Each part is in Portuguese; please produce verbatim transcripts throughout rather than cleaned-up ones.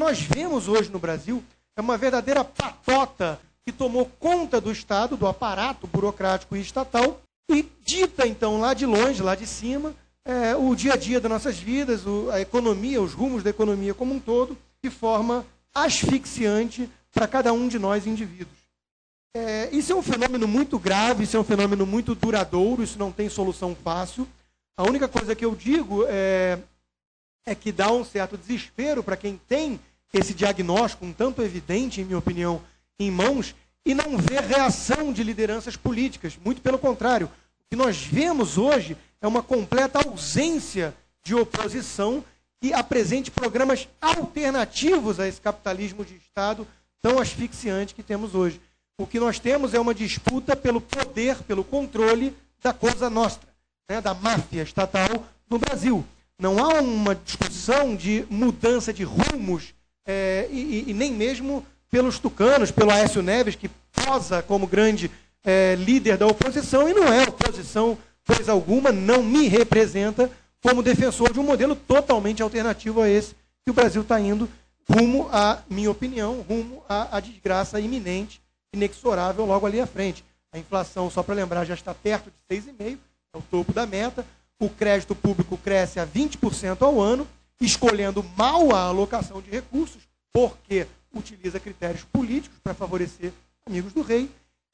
nós vemos hoje no Brasil é uma verdadeira patota que tomou conta do Estado, do aparato burocrático e estatal, e dita, então, lá de longe, lá de cima, é, o dia a dia das nossas vidas, o, a economia, os rumos da economia como um todo, de forma asfixiante para cada um de nós indivíduos. É, isso é um fenômeno muito grave, isso é um fenômeno muito duradouro, isso não tem solução fácil. A única coisa que eu digo é, é que dá um certo desespero para quem tem esse diagnóstico, um tanto evidente, em minha opinião, em mãos, e não vê reação de lideranças políticas. Muito pelo contrário. O que nós vemos hoje é uma completa ausência de oposição que apresente programas alternativos a esse capitalismo de Estado tão asfixiante que temos hoje. O que nós temos é uma disputa pelo poder, pelo controle da Cosa Nostra, né, da máfia estatal no Brasil. Não há uma discussão de mudança de rumos, é, e, e nem mesmo pelos tucanos, pelo Aécio Neves, que posa como grande é, líder da oposição, e não é oposição, coisa alguma, não me representa como defensor de um modelo totalmente alternativo a esse que o Brasil está indo rumo, à minha opinião, rumo à, à desgraça iminente, inexorável logo ali à frente. A inflação, só para lembrar, já está perto de seis vírgula cinco por cento, é o topo da meta. O crédito público cresce a vinte por cento ao ano, escolhendo mal a alocação de recursos, porque utiliza critérios políticos para favorecer amigos do rei.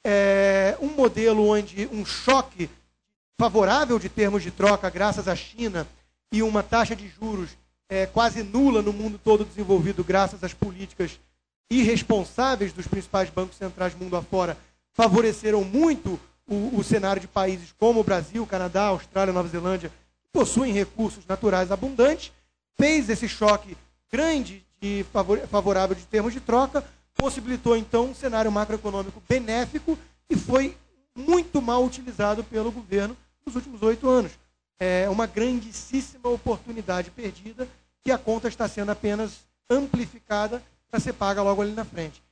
É um modelo onde um choque favorável de termos de troca, graças à China, e uma taxa de juros é, quase nula no mundo todo desenvolvido, graças às políticas irresponsáveis dos principais bancos centrais mundo afora, favoreceram muito o, o cenário de países como o Brasil, Canadá, Austrália, Nova Zelândia, que possuem recursos naturais abundantes, fez esse choque grande e favorável de termos de troca, possibilitou, então, um cenário macroeconômico benéfico e foi muito mal utilizado pelo governo nos últimos oito anos. É uma grandíssima oportunidade perdida, que a conta está sendo apenas amplificada para ser paga logo ali na frente.